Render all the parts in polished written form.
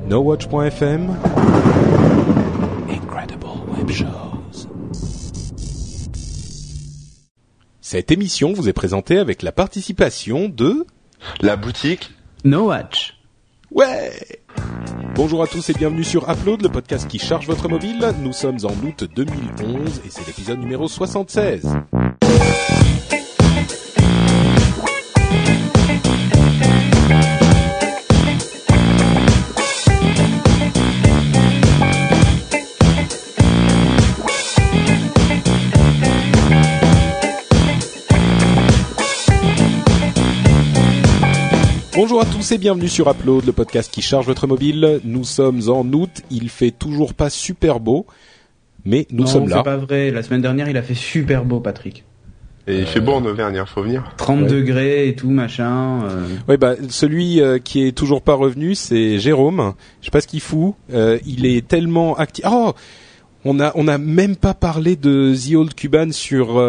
NoWatch.fm Incredible Web Shows. Cette émission vous est présentée avec la participation de la boutique NoWatch. Ouais. Bonjour à tous et bienvenue sur Upload, le podcast qui charge votre mobile. Nous sommes en août 2011 et c'est l'épisode numéro 76. Bonjour à tous et bienvenue sur Upload, le podcast qui charge votre mobile. Nous sommes en août, il fait toujours pas super beau, mais nous sommes là. Non, c'est pas vrai. La semaine dernière, il a fait super beau, Patrick. Et il fait beau en Auvergne, il faut venir. 30 degrés et tout, machin. Ouais, bah celui qui est toujours pas revenu, c'est Jérôme. Je sais pas ce qu'il fout. Il est tellement actif. Oh, on a même pas parlé de The Old Cuban sur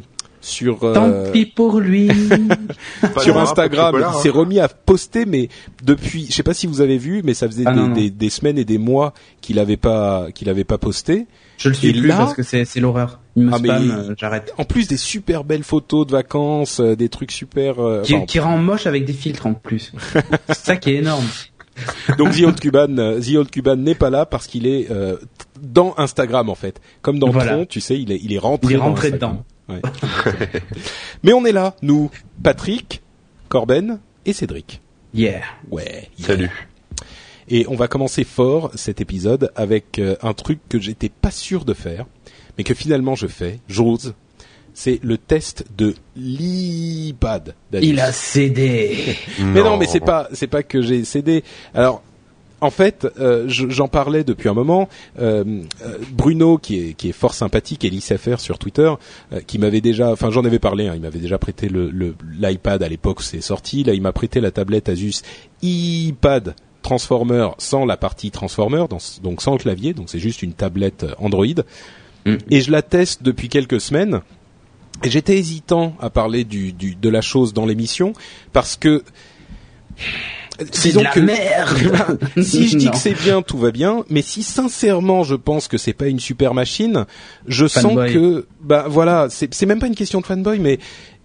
tant pis pour lui. Sur Instagram, il s'est remis à poster, mais depuis, je sais pas si vous avez vu, mais ça faisait des semaines et des mois qu'il avait pas posté. Je le suis plus là, parce que c'est l'horreur. Il me spam, j'arrête. En plus des super belles photos de vacances, des trucs super qui rend moche avec des filtres en plus. C'est ça qui est énorme. Donc The Old Cuban n'est pas là parce qu'il est dans Instagram en fait. Comme dans Tron, tu sais, il est rentré dedans. Ouais. Mais on est là, nous, Patrick, Corben et Cédric. Yeah. Ouais. Yeah. Salut. Et on va commencer fort cet épisode avec un truc que j'étais pas sûr de faire, mais que finalement j'ose. C'est le test de l'iPad d'Asus. Il a cédé. Mais non, mais c'est pas que j'ai cédé. Alors, en fait, j'en parlais depuis un moment. Bruno, qui est fort sympathique, et l'ISFR sur Twitter, qui m'avait déjà, enfin j'en avais parlé, il m'avait déjà prêté l'iPad à l'époque où c'est sorti. Là, il m'a prêté la tablette Asus iPad Transformer sans la partie Transformer, donc sans le clavier, donc c'est juste une tablette Android. Et je la teste depuis quelques semaines. Et j'étais hésitant à parler de la chose dans l'émission parce que c'est de la merde. Si je dis que c'est bien, tout va bien. Mais si sincèrement je pense que c'est pas une super machine, je sens que voilà, c'est même pas une question de fanboy, mais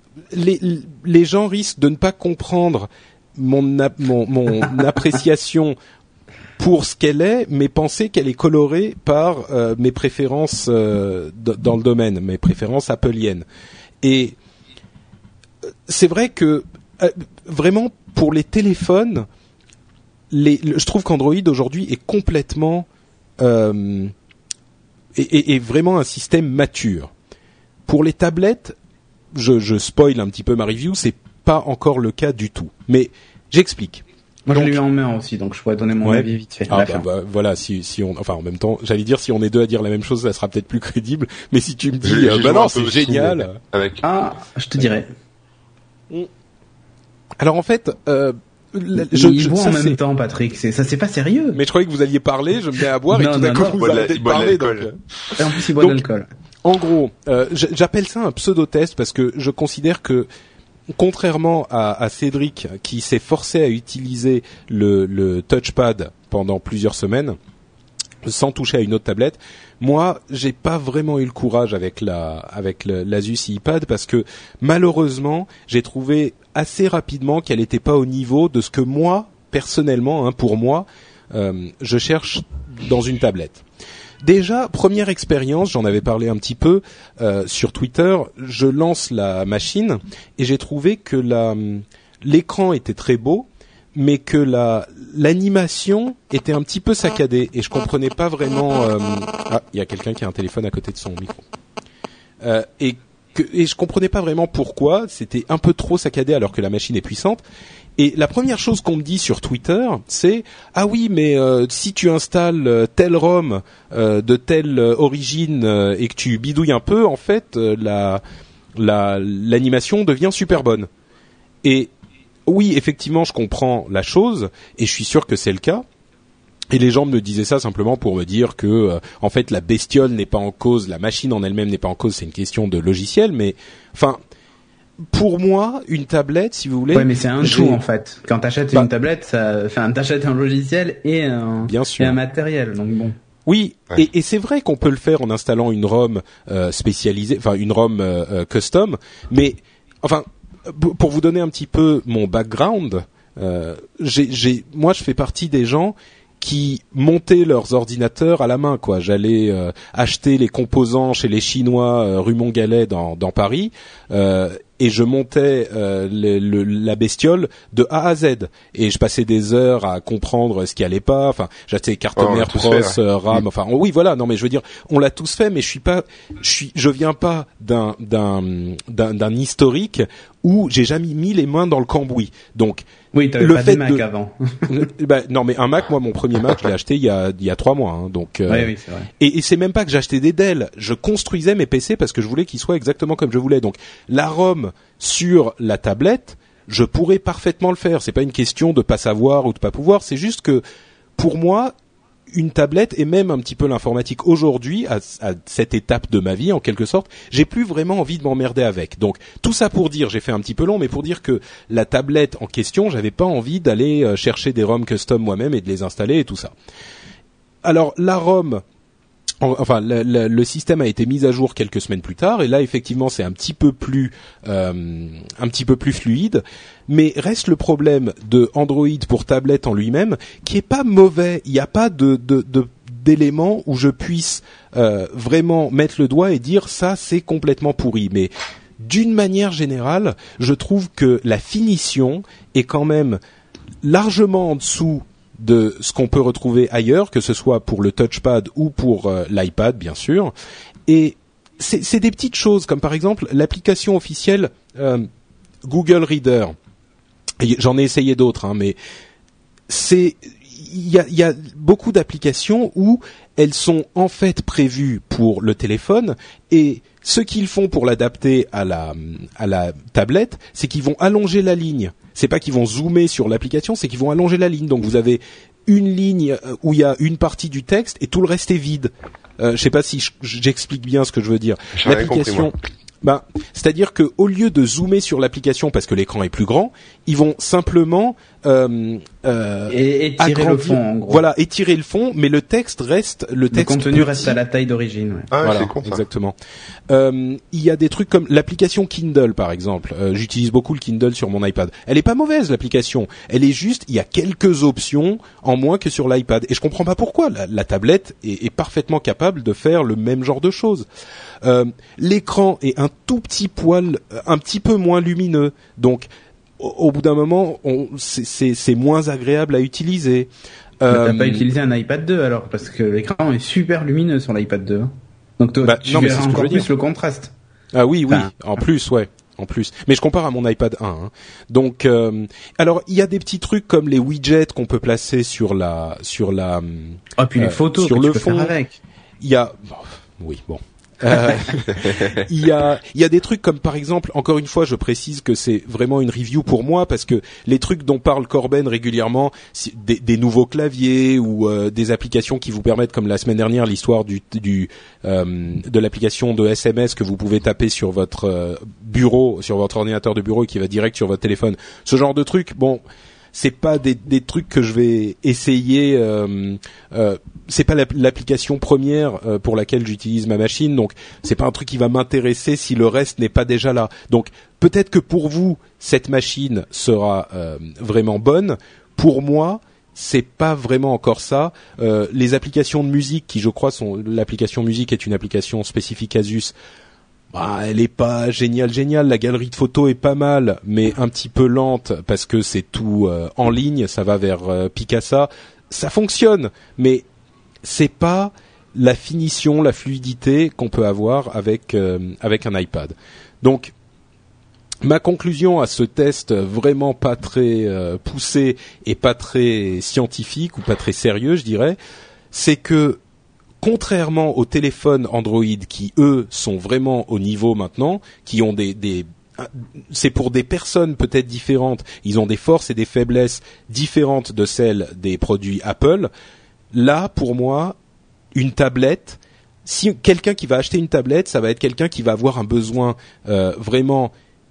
les gens risquent de ne pas comprendre mon appréciation pour ce qu'elle est, mais penser qu'elle est colorée par mes préférences dans le domaine, mes préférences appleiennes. Et c'est vrai que vraiment pour les téléphones, je trouve qu'Android aujourd'hui est complètement est vraiment un système mature. Pour les tablettes, je spoil un petit peu ma review, c'est pas encore le cas du tout. Mais j'explique. Moi, je l'ai eu en main aussi, donc je pourrais donner mon avis vite fait. Voilà, si on, enfin, en même temps, j'allais dire, si on est deux à dire la même chose, ça sera peut-être plus crédible. Mais si tu me dis, non, c'est génial. Je te dirais. Alors en fait, je bois en même temps, Patrick. C'est pas sérieux. Mais je croyais que vous alliez parler, je me mets à boire et tout d'un coup vous arrêtez de parler. Et en plus, il boit de l'alcool. En gros, j'appelle ça un pseudo-test parce que je considère que contrairement à Cédric qui s'est forcé à utiliser le touchpad pendant plusieurs semaines sans toucher à une autre tablette, moi j'ai pas vraiment eu le courage avec l'Asus iPad parce que malheureusement j'ai trouvé assez rapidement qu'elle était pas au niveau de ce que moi personnellement, pour moi, je cherche dans une tablette. Déjà, première expérience, j'en avais parlé un petit peu sur Twitter, je lance la machine et j'ai trouvé que l'écran était très beau, mais que l'animation était un petit peu saccadée et je comprenais pas vraiment... il y a quelqu'un qui a un téléphone à côté de son micro. Et je comprenais pas vraiment pourquoi, c'était un peu trop saccadé alors que la machine est puissante. Et la première chose qu'on me dit sur Twitter, c'est ah oui, mais si tu installes tel ROM de telle origine et que tu bidouilles un peu, en fait, l'animation devient super bonne. Et oui, effectivement, je comprends la chose et je suis sûr que c'est le cas. Et les gens me disaient ça simplement pour me dire que en fait la bestiole n'est pas en cause, la machine en elle-même n'est pas en cause, c'est une question de logiciel. Mais enfin, pour moi, une tablette, si vous voulez. Ouais, mais c'est un tout en fait. Quand t'achètes une tablette, t'achètes un logiciel et un matériel. Donc bon. Oui, ouais. et c'est vrai qu'on peut le faire en installant une ROM spécialisée, enfin une ROM custom. Mais enfin, pour vous donner un petit peu mon background, moi, je fais partie des gens qui montaient leurs ordinateurs à la main, quoi. J'allais acheter les composants chez les Chinois rue Montgalet dans Paris, et je montais la bestiole de A à Z. Et je passais des heures à comprendre ce qui allait pas. Enfin, j'achetais carte mère, pros, RAM. Enfin, oui, voilà. Non, mais je veux dire, on l'a tous fait, mais je viens pas d'un historique où j'ai jamais mis les mains dans le cambouis. Donc, oui, t'avais pas de Mac avant. Non, mais un Mac, moi, mon premier Mac, je l'ai acheté il y a 3 mois. Hein, donc, oui, c'est vrai. Et c'est même pas que j'achetais des Dell. Je construisais mes PC parce que je voulais qu'ils soient exactement comme je voulais. Donc, la ROM sur la tablette, je pourrais parfaitement le faire. C'est pas une question de pas savoir ou de pas pouvoir. C'est juste que, pour moi, une tablette et même un petit peu l'informatique aujourd'hui, à cette étape de ma vie en quelque sorte, j'ai plus vraiment envie de m'emmerder avec. Donc tout ça pour dire, j'ai fait un petit peu long, mais pour dire que la tablette en question, j'avais pas envie d'aller chercher des ROM custom moi-même et de les installer et tout ça. Alors la ROM, enfin le système a été mis à jour quelques semaines plus tard et là effectivement c'est un petit peu plus fluide, mais reste le problème de Android pour tablette en lui-même qui est pas mauvais. Il n'y a pas d'éléments où je puisse vraiment mettre le doigt et dire ça c'est complètement pourri, mais d'une manière générale je trouve que la finition est quand même largement en dessous de ce qu'on peut retrouver ailleurs, que ce soit pour le touchpad ou pour l'iPad, bien sûr. Et c'est des petites choses, comme par exemple l'application officielle Google Reader. Et j'en ai essayé d'autres, hein, mais il y a beaucoup d'applications où elles sont en fait prévues pour le téléphone et ce qu'ils font pour l'adapter à la tablette, c'est qu'ils vont allonger la ligne. C'est pas qu'ils vont zoomer sur l'application, c'est qu'ils vont allonger la ligne. Donc vous avez une ligne où il y a une partie du texte et tout le reste est vide. Je sais pas si j'explique bien ce que je veux dire. L'application, c'est-à-dire que au lieu de zoomer sur l'application parce que l'écran est plus grand, ils vont simplement étirer le fond, en gros. Voilà, étirer le fond, mais le texte reste le contenu reste à la taille d'origine. Ouais. Ah, voilà, c'est con, ça. Exactement. Il y a des trucs comme l'application Kindle par exemple. J'utilise beaucoup le Kindle sur mon iPad. Elle est pas mauvaise l'application. Elle est juste, il y a quelques options en moins que sur l'iPad. Et je comprends pas pourquoi. La tablette est parfaitement capable de faire le même genre de choses. L'écran est un tout petit poil, un petit peu moins lumineux. Donc au bout d'un moment, c'est moins agréable à utiliser. T'as pas utilisé un iPad 2 alors, parce que l'écran est super lumineux sur l'iPad 2. Donc tu verras encore plus le contraste. Ah oui, en plus, ouais. En plus, mais je compare à mon iPad 1. Hein. Donc, alors il y a des petits trucs comme les widgets qu'on peut placer sur la. Ah puis les photos sur le fond. Avec. Il y a, oui, bon. Il y a des trucs comme par exemple, encore une fois je précise que c'est vraiment une review pour moi parce que les trucs dont parle Corben régulièrement, des nouveaux claviers ou des applications qui vous permettent, comme la semaine dernière l'histoire de l'application de SMS que vous pouvez taper sur votre bureau, sur votre ordinateur de bureau et qui va direct sur votre téléphone, ce genre de trucs, bon, c'est pas des trucs que je vais essayer. C'est pas l'application première pour laquelle j'utilise ma machine, donc c'est pas un truc qui va m'intéresser si le reste n'est pas déjà là. Donc peut-être que pour vous cette machine sera vraiment bonne. Pour moi, c'est pas vraiment encore ça. Les applications de musique qui, je crois, l'application musique est une application spécifique Asus. Elle est pas géniale. La galerie de photos est pas mal, mais un petit peu lente parce que c'est tout en ligne. Ça va vers Picasa. Ça fonctionne, mais c'est pas la finition, la fluidité qu'on peut avoir avec un iPad. Donc, ma conclusion à ce test vraiment pas très poussé et pas très scientifique ou pas très sérieux, je dirais, c'est que contrairement aux téléphones Android qui, eux, sont vraiment au niveau maintenant, qui ont c'est pour des personnes peut-être différentes, ils ont des forces et des faiblesses différentes de celles des produits Apple. Là, pour moi, une tablette, si quelqu'un qui va acheter une tablette, ça va être quelqu'un qui va avoir un besoin vraiment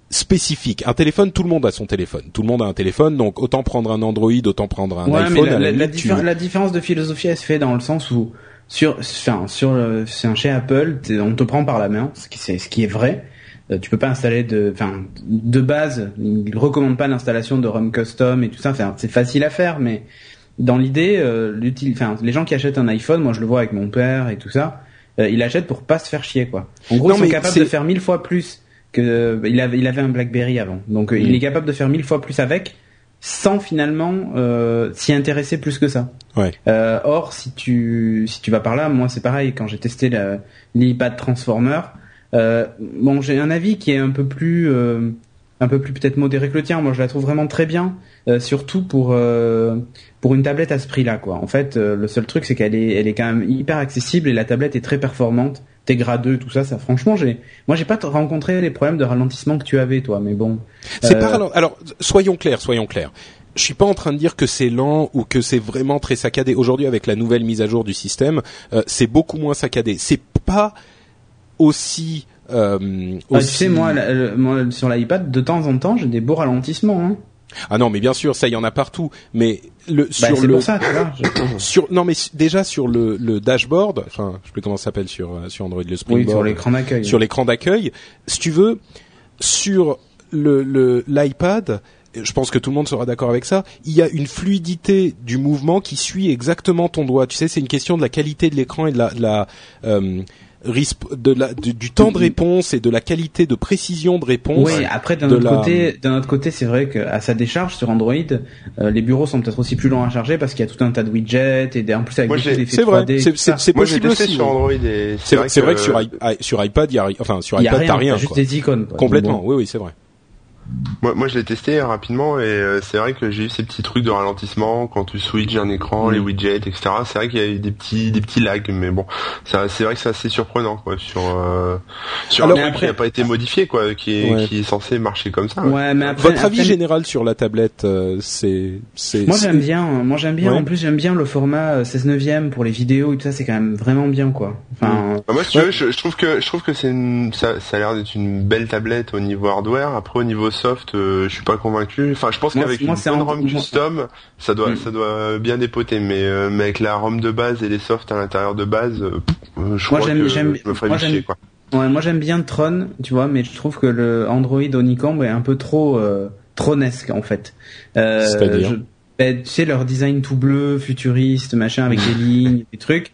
spécifique. Un téléphone, tout le monde a son téléphone. Tout le monde a un téléphone, donc autant prendre un Android, autant prendre un iPhone. Mais la différence de philosophie, elle se fait dans le sens où chez Apple, on te prend par la main, ce qui est vrai. Tu peux pas installer de base, ils recommandent pas l'installation de ROM custom et tout ça. Enfin, c'est facile à faire, mais dans l'idée, les gens qui achètent un iPhone, moi je le vois avec mon père et tout ça, ils l'achètent pour pas se faire chier, quoi. En gros, ils sont capables de faire 1000 fois plus que il avait un BlackBerry avant, donc il est capable de faire 1000 fois plus avec, sans finalement s'y intéresser plus que ça. Ouais. Or, si tu vas par là, moi c'est pareil. Quand j'ai testé l'iPad Transformer, j'ai un avis qui est un peu plus peut-être modéré que le tien. Moi, je la trouve vraiment très bien, surtout pour une tablette à ce prix-là, quoi. En fait, le seul truc, c'est qu'elle est quand même hyper accessible et la tablette est très performante. Tegra 2, tout ça, franchement, moi j'ai pas rencontré les problèmes de ralentissement que tu avais, toi, mais bon. C'est pas alors soyons clairs. Je suis pas en train de dire que c'est lent ou que c'est vraiment très saccadé. Aujourd'hui, avec la nouvelle mise à jour du système, c'est beaucoup moins saccadé. C'est pas aussi. Tu sais, moi, sur l'iPad, de temps en temps, j'ai des beaux ralentissements. Hein. Ah non, mais bien sûr, ça, il y en a partout. Mais c'est pour ça, tu vois. Déjà sur le dashboard, enfin, je sais plus comment ça s'appelle sur Android, le Springboard. Oui, sur l'écran d'accueil. Sur l'écran d'accueil, si tu veux, sur l'iPad. Je pense que tout le monde sera d'accord avec ça. Il y a une fluidité du mouvement qui suit exactement ton doigt. Tu sais, c'est une question de la qualité de l'écran et du temps de réponse et de la qualité de précision de réponse. Oui, après d'un autre côté, c'est vrai qu'à sa décharge sur Android, les bureaux sont peut-être aussi plus longs à charger parce qu'il y a tout un tas de widgets et en plus avec des effets 3D. C'est possible aussi. Sur Android et c'est vrai que sur iPad, sur iPad, t'as rien. Juste des icônes. Quoi. Complètement. Bon. Oui, c'est vrai. Moi, je l'ai testé rapidement et c'est vrai que j'ai eu ces petits trucs de ralentissement quand tu switches un écran, les widgets, etc. C'est vrai qu'il y a eu des petits lags, mais bon, c'est vrai que c'est assez surprenant, quoi, sur un truc qui n'a pas été modifié, quoi, qui est censé marcher comme ça. Ouais, mais après, votre avis général sur la tablette, c'est. Moi, j'aime bien. Ouais. En plus, j'aime bien le format 16:9 pour les vidéos et tout ça. C'est quand même vraiment bien, quoi. Enfin. Moi, si tu veux, je trouve que ça a l'air d'être une belle tablette au niveau hardware. Après, au niveau soft, je suis pas convaincu. Enfin, je pense qu'avec une bonne ROM custom, ça doit bien dépoter, mais avec la ROM de base et les softs à l'intérieur de base, je crois que je me ferais chier, quoi. Ouais, moi j'aime bien Tron, tu vois, mais je trouve que le Android Honeycomb est un peu trop tronesque en fait. C'est-à-dire tu sais, leur design tout bleu, futuriste, machin, avec des lignes, des trucs,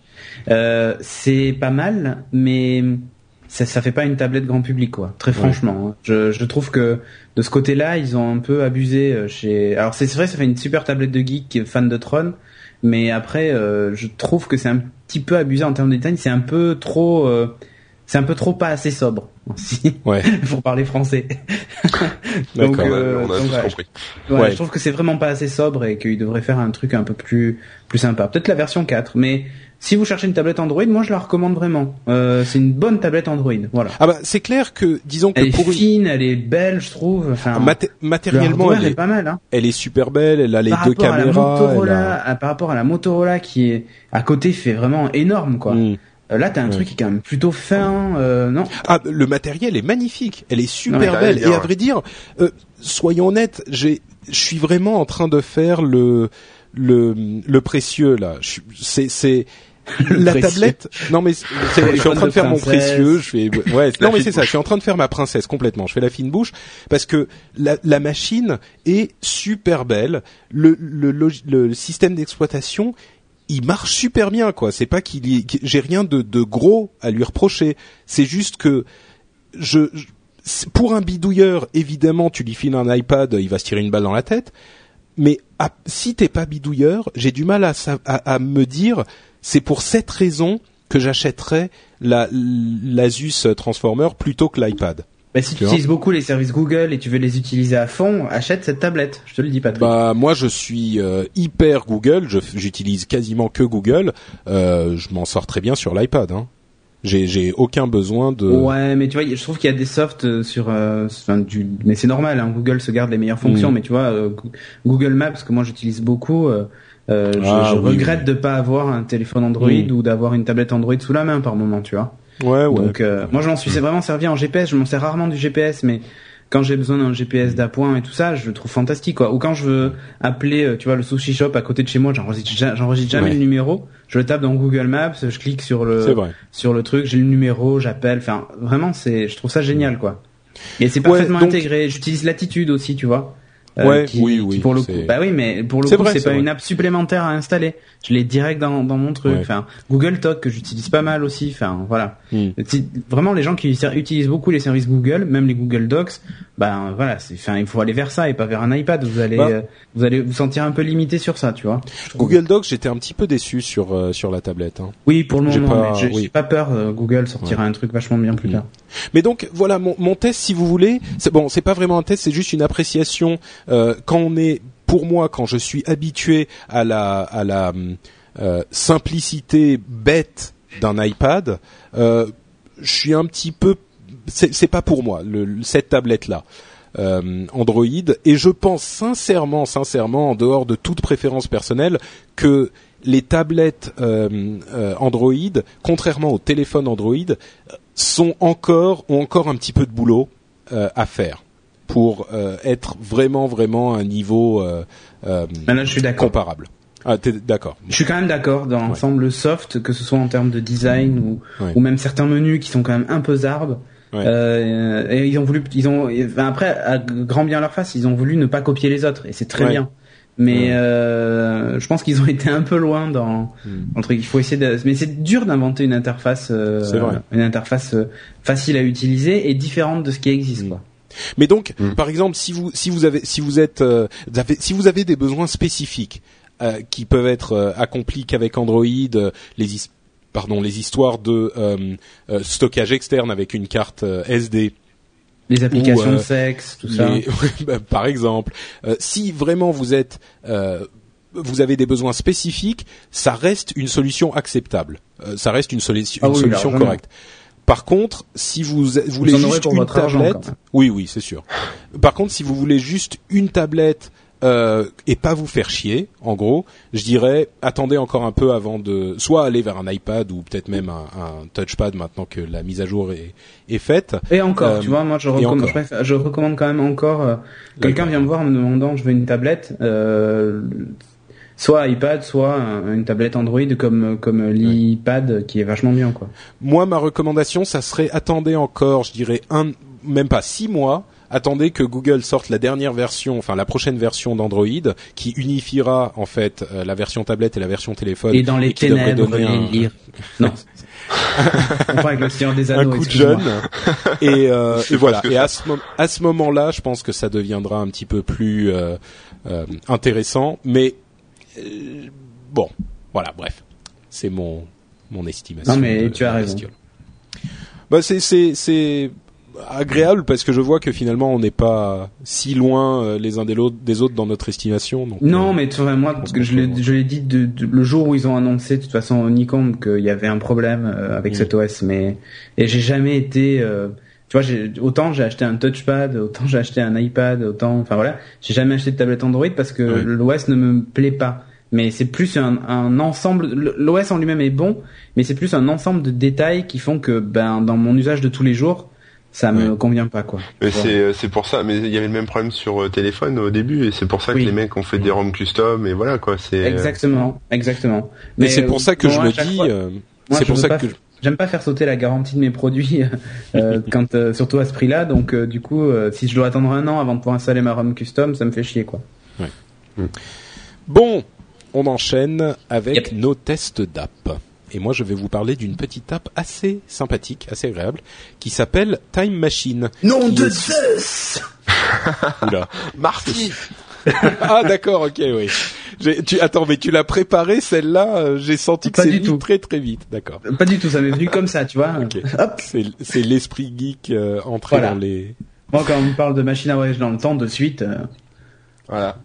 c'est pas mal, mais ça fait pas une tablette grand public, quoi. Très franchement, je trouve que de ce côté-là, ils ont un peu abusé Alors c'est vrai, ça fait une super tablette de geek fan de Tron, mais après, je trouve que c'est un petit peu abusé en termes de design. C'est un peu trop pas assez sobre, pour parler français. Donc, on a tous compris. Ouais, je trouve que c'est vraiment pas assez sobre et qu'ils devraient faire un truc un peu plus sympa. Peut-être la version 4, mais si vous cherchez une tablette Android, moi je la recommande vraiment. C'est une bonne tablette Android, voilà. Ah bah c'est clair que disons que elle est fine, elle est belle, je trouve. Enfin, matériellement, elle est pas mal. Hein. Elle est super belle. Elle a les deux caméras. Par rapport à la Motorola qui est à côté, fait vraiment énorme, quoi. Là, t'as un truc qui est quand même plutôt fin, non? Ah, le matériel est magnifique. Elle est super belle. Et à vrai dire, soyons honnêtes, je suis vraiment en train de faire le précieux là. C'est la tablette. Non mais je suis en train de faire mon précieux. Non mais c'est ça. Je suis en train de faire ma princesse complètement. Je fais la fine bouche parce que la machine est super belle. Le système d'exploitation, il marche super bien, quoi. C'est pas j'ai rien de gros à lui reprocher. C'est juste que pour un bidouilleur, évidemment, tu lui files un iPad, il va se tirer une balle dans la tête. Mais si t'es pas bidouilleur, j'ai du mal à me dire, c'est pour cette raison que j'achèterais l'Asus Transformer plutôt que l'iPad. Bah, si tu utilises beaucoup les services Google et tu veux les utiliser à fond, achète cette tablette. Je te le dis, Patrick. Bah, moi, je suis hyper Google. J'utilise quasiment que Google. Je m'en sors très bien sur l'iPad. Hein. J'ai aucun besoin de. Ouais, mais tu vois, je trouve qu'il y a des softs mais c'est normal. Hein, Google se garde les meilleures fonctions. Mais tu vois, Google Maps, que moi j'utilise beaucoup. Je regrette de pas avoir un téléphone Android ou d'avoir une tablette Android sous la main par moment, tu vois. Ouais. Donc moi je m'en suis vraiment servi en GPS, je m'en sers rarement du GPS, mais quand j'ai besoin d'un GPS d'appoint et tout ça, je le trouve fantastique, quoi. Ou quand je veux appeler, tu vois, le sushi shop à côté de chez moi, j'enregistre jamais le numéro. Je le tape dans Google Maps, je clique sur le truc, j'ai le numéro, j'appelle. Enfin, vraiment, je trouve ça génial, quoi. Et c'est parfaitement intégré. J'utilise Latitude aussi, tu vois. Oui, pour le coup. Bah oui, mais pour le coup, c'est pas une app supplémentaire à installer. Je l'ai direct dans mon truc. Ouais. Enfin, Google Talk que j'utilise pas mal aussi. Enfin, voilà. Vraiment, les gens qui utilisent beaucoup les services Google, même les Google Docs, ben voilà, il faut aller vers ça et pas vers un iPad. Vous allez vous sentir un peu limité sur ça, tu vois. Google Docs, j'étais un petit peu déçu sur la tablette. Hein. Oui, pour le moment, mais j'ai pas peur. Google sortira un truc vachement bien plus tard. Mais donc voilà, mon test, si vous voulez, c'est pas vraiment un test, c'est juste une appréciation. Quand je suis habitué à la simplicité bête d'un iPad, je suis un petit peu, c'est pas pour moi cette tablette là. Android, et je pense sincèrement, en dehors de toute préférence personnelle, que les tablettes Android, contrairement aux téléphones Android, ont encore un petit peu de boulot à faire pour être vraiment à un niveau là, je suis d'accord. Comparable. Ah, t'es d'accord. Je suis quand même d'accord dans l'ensemble soft, que ce soit en termes de design ou même certains menus qui sont quand même un peu zarbes. Et après, à grand bien leur face, ils ont voulu ne pas copier les autres, et c'est très bien. Mais je pense qu'ils ont été un peu loin dans le truc. Il faut essayer mais c'est dur d'inventer une interface facile à utiliser et différente de ce qui existe, quoi. Mais donc, par exemple, si vous avez des besoins spécifiques qui peuvent être accomplis qu'avec Android, les histoires de stockage externe avec une carte SD, les applications de sexe, tout ça. Par exemple, si vraiment vous avez des besoins spécifiques, ça reste une solution acceptable. Ça reste une solution correcte. Par contre, si vous voulez juste une tablette, oui, c'est sûr. Par contre, si vous voulez juste une tablette et pas vous faire chier, en gros, je dirais attendez encore un peu avant de soit aller vers un iPad ou peut-être même un touchpad maintenant que la mise à jour est faite. Et encore, tu vois, moi je recommande quand même encore. Quelqu'un vient me voir en me demandant je veux une tablette. Soit iPad, soit une tablette Android comme l'iPad qui est vachement bien, quoi. Moi, ma recommandation, ça serait attendez encore, je dirais même pas 6 mois. Attendez que Google sorte la prochaine version d'Android qui unifiera en fait la version tablette et la version téléphone. Et dans les ténèbres, lire. Non. On parle avec le Seigneur des Anneaux. Un coup de jeune. Et voilà. Et à ce moment-là, je pense que ça deviendra un petit peu plus intéressant. Mais bon, voilà. Bref, c'est mon estimation. Non, mais tu as raison. C'est agréable parce que je vois que finalement on n'est pas si loin les uns des autres dans notre estimation. Donc, non, mais tu vois, moi, parce que je l'ai dit le jour où ils ont annoncé de toute façon Nikon qu'il y avait un problème avec cet OS, et j'ai jamais été tu vois, autant j'ai acheté un touchpad, autant j'ai acheté un iPad, enfin voilà, j'ai jamais acheté de tablette Android parce que l'OS ne me plaît pas. Mais c'est plus un ensemble. L'OS en lui-même est bon, mais c'est plus un ensemble de détails qui font que dans mon usage de tous les jours, ça me convient pas, quoi. Mais c'est pour ça. Mais il y avait le même problème sur téléphone au début, et c'est pour ça que les mecs ont fait des ROM custom, et voilà, quoi. C'est exactement. Mais c'est pour ça que je me dis. C'est pour ça que j'aime pas faire sauter la garantie de mes produits quand surtout à ce prix-là. Donc du coup, si je dois attendre 1 an avant de pouvoir installer ma ROM custom, ça me fait chier, quoi. Bon, on enchaîne avec nos tests d'app. Et moi, je vais vous parler d'une petite app assez sympathique, assez agréable, qui s'appelle Time Machine. Nom de Zeus. Oula. Marty. Ah d'accord, ok, oui. Attends, mais tu l'as préparée celle-là. J'ai senti que c'est venu très très vite. D'accord. Pas du tout, ça m'est venu comme ça, tu vois. Okay. Hop. C'est l'esprit geek entré dans les. Moi, quand on me parle de machine à voyager dans le temps, de suite. Voilà.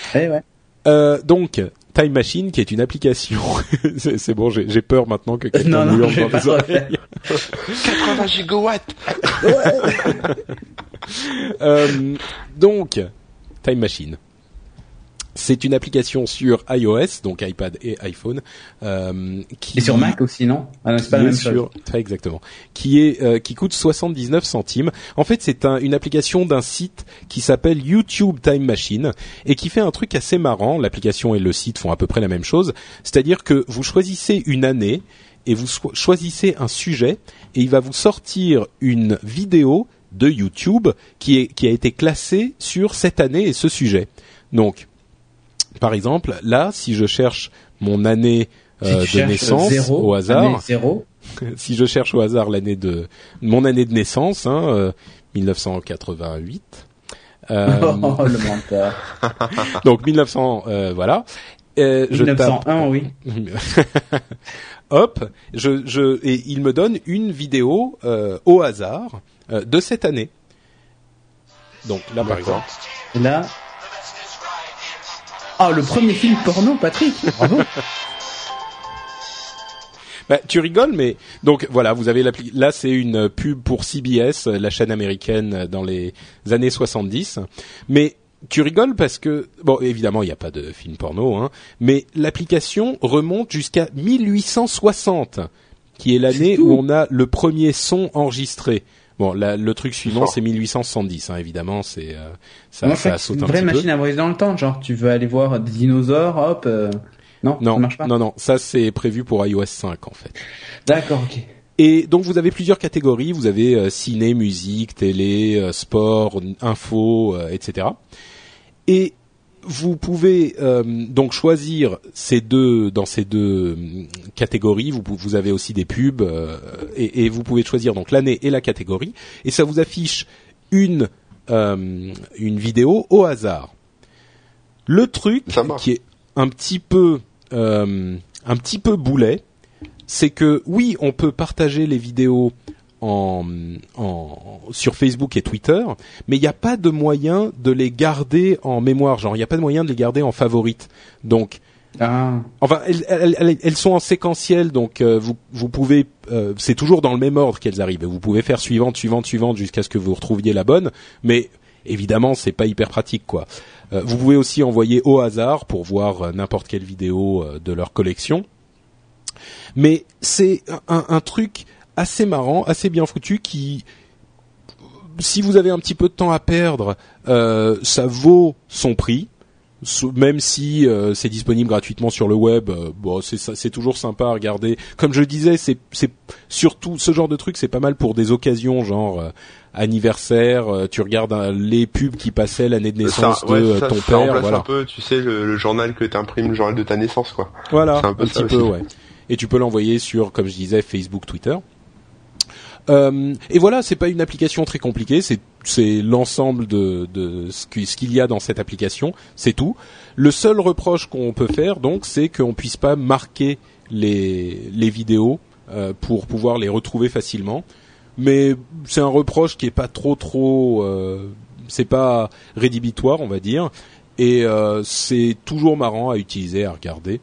Donc. Time Machine, qui est une application. c'est bon, j'ai peur maintenant que quelqu'un me hurle dans les oreilles. 80 gigawatts. Donc, Time Machine. C'est une application sur iOS, donc iPad et iPhone, et sur Mac aussi, non? C'est pas la même chose. Exactement. Qui coûte 79 centimes. En fait, c'est une application d'un site qui s'appelle YouTube Time Machine et qui fait un truc assez marrant. L'application et le site font à peu près la même chose. C'est-à-dire que vous choisissez une année et vous choisissez un sujet et il va vous sortir une vidéo de YouTube qui a été classée sur cette année et ce sujet. Donc, par exemple, là, si je cherche mon année de naissance au hasard, si je cherche au hasard mon année de naissance, 1988. Le menteur. Donc 1900, voilà. 1901, oui. Hop, et il me donne une vidéo au hasard de cette année. Donc là, par exemple. Et là. Ah, le premier film porno, Patrick. Bravo. Bah, tu rigoles, mais donc voilà, vous avez là, c'est une pub pour CBS, la chaîne américaine dans les années 70. Mais tu rigoles parce que bon, évidemment, il n'y a pas de film porno, hein, mais l'application remonte jusqu'à 1860, qui est l'année où on a le premier son enregistré. Bon, le truc suivant, c'est 1870, hein, évidemment, c'est ça saute un petit peu. C'est une vraie machine à voyager dans le temps, genre tu veux aller voir des dinosaures, hop. Non, ça marche pas. Non, ça c'est prévu pour iOS 5 en fait. D'accord, ok. Et donc vous avez plusieurs catégories, vous avez ciné, musique, télé, sport, info, etc. Et vous pouvez donc choisir dans ces deux catégories. Vous avez aussi des pubs et vous pouvez choisir donc l'année et la catégorie. Et ça vous affiche une vidéo au hasard. Le truc qui est un petit peu boulet, c'est que oui, on peut partager les vidéos sur Facebook et Twitter, mais il n'y a pas de moyen de les garder en mémoire, genre il n'y a pas de moyen de les garder en favorites. Donc, enfin, elles sont en séquentiel, donc vous pouvez, c'est toujours dans le même ordre qu'elles arrivent. Vous pouvez faire suivante jusqu'à ce que vous retrouviez la bonne, mais évidemment, c'est pas hyper pratique, quoi. Vous pouvez aussi envoyer au hasard pour voir n'importe quelle vidéo de leur collection. Mais c'est un truc assez marrant, assez bien foutu qui, si vous avez un petit peu de temps à perdre, ça vaut son prix. Même si c'est disponible gratuitement sur le web, bon, c'est toujours sympa à regarder. Comme je le disais, c'est surtout ce genre de truc, c'est pas mal pour des occasions genre anniversaire. Tu regardes les pubs qui passaient l'année de naissance de ton père. Remplace voilà. Un peu, tu sais, le journal que t'imprimes, le journal de ta naissance, quoi. Voilà, un petit peu, ouais. Et tu peux l'envoyer sur, comme je disais, Facebook, Twitter. Et voilà, c'est pas une application très compliquée, c'est l'ensemble de ce qu'il y a dans cette application, c'est tout. Le seul reproche qu'on peut faire, donc, c'est qu'on puisse pas marquer les vidéos pour pouvoir les retrouver facilement. Mais c'est un reproche qui est pas trop c'est pas rédhibitoire, on va dire, et c'est toujours marrant à utiliser, à regarder.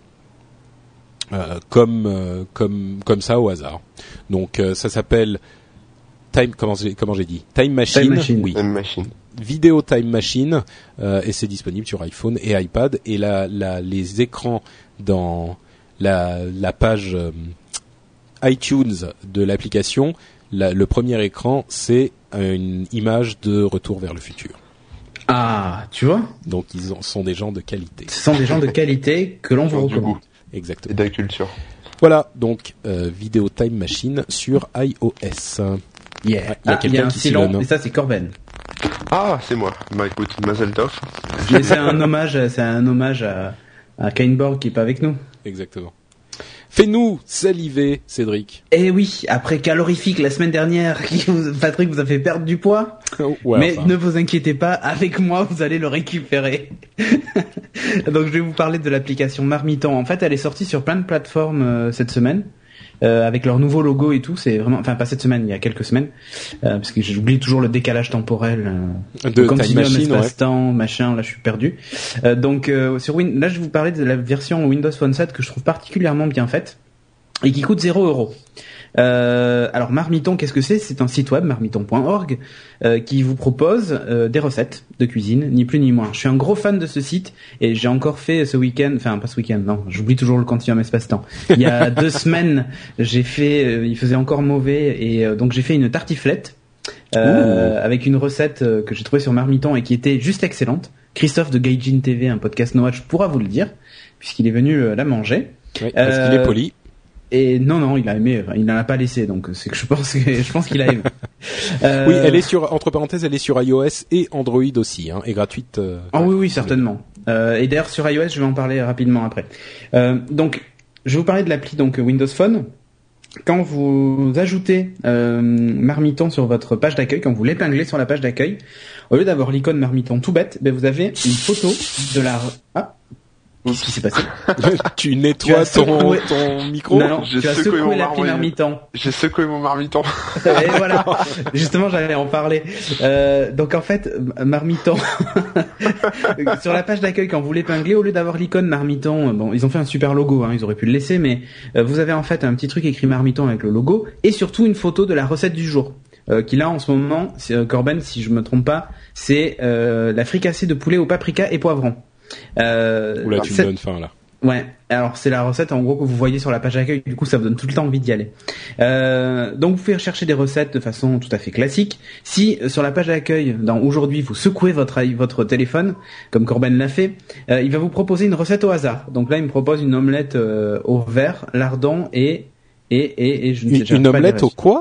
Comme ça au hasard. Donc ça s'appelle comment j'ai dit Time Machine. Oui. Time Machine. Vidéo Time Machine et c'est disponible sur iPhone et iPad et les écrans dans la page iTunes de l'application, le premier écran c'est une image de Retour vers le futur. Ah, tu vois. Donc sont des gens de qualité. Ce sont des gens de qualité que l'on vous recommande. Exactement. Et de la culture. Voilà, donc Vidéo Time Machine sur iOS. Yeah. Il y a quelqu'un qui s'y donne. Et ça, c'est Corben. Ah, c'est moi. Bah écoute, Mazel Tov. Mais c'est un hommage à Kainborg qui est pas avec nous. Exactement. Fais-nous saliver, Cédric. Eh oui, après Calorifique la semaine dernière, Patrick vous a fait perdre du poids. Ouais, mais ne vous inquiétez pas, avec moi vous allez le récupérer. Donc je vais vous parler de l'application Marmiton. En fait, elle est sortie sur plein de plateformes cette semaine. Avec leur nouveau logo et tout, c'est vraiment, enfin pas cette semaine, il y a quelques semaines, parce que j'oublie toujours le décalage temporel de Time Machine, espace-temps, machin, là je suis perdu. Donc là je vais vous parler de la version Windows Phone 7 que je trouve particulièrement bien faite. et qui coûte 0 €. Alors Marmiton, qu'est-ce que c'est ? C'est un site web, marmiton.org, qui vous propose des recettes de cuisine, ni plus ni moins. Je suis un gros fan de ce site et j'ai encore fait ce week-end, enfin pas ce week-end, non, j'oublie toujours le continuum espace-temps. Il y a 2 semaines, j'ai fait, il faisait encore mauvais et donc j'ai fait une tartiflette avec une recette que j'ai trouvée sur Marmiton et qui était juste excellente. Christophe de Gaijin TV, un podcast No Watch, pourra vous le dire puisqu'il est venu la manger. Oui, parce qu'il est poli. Et non, il a aimé. Enfin, il n'en a pas laissé, donc c'est que je pense qu'il a aimé. Oui, elle est entre parenthèses, elle est sur iOS et Android aussi, hein, et gratuite. Ah oui, certainement. Et d'ailleurs sur iOS, je vais en parler rapidement après. Donc, je vais vous parler de l'appli donc Windows Phone. Quand vous ajoutez Marmiton sur votre page d'accueil, quand vous l'épinglez sur la page d'accueil, au lieu d'avoir l'icône Marmiton tout bête, ben vous avez une photo de la. Ah. Qu'est-ce qui s'est passé ? Tu nettoies ton micro ? Non, tu as secoué l'appli Marmiton. J'ai secoué mon Marmiton. Et voilà. Justement, j'allais en parler. Donc en fait, Marmiton, sur la page d'accueil, quand vous l'épinglez, au lieu d'avoir l'icône Marmiton, bon, ils ont fait un super logo, hein, ils auraient pu le laisser, mais vous avez en fait un petit truc écrit Marmiton avec le logo, et surtout une photo de la recette du jour. Qui là en ce moment, Corben, si je me trompe pas, c'est la fricassée de poulet au paprika et poivron. Oula, tu me donnes faim là. Ouais, alors c'est la recette en gros que vous voyez sur la page d'accueil, du coup ça vous donne tout le temps envie d'y aller. Donc vous pouvez rechercher des recettes de façon tout à fait classique. Si sur la page d'accueil, dans aujourd'hui, vous secouez votre téléphone, comme Corben l'a fait, il va vous proposer une recette au hasard. Donc là il me propose une omelette au vert, lardon et je ne sais une omelette au quoi ?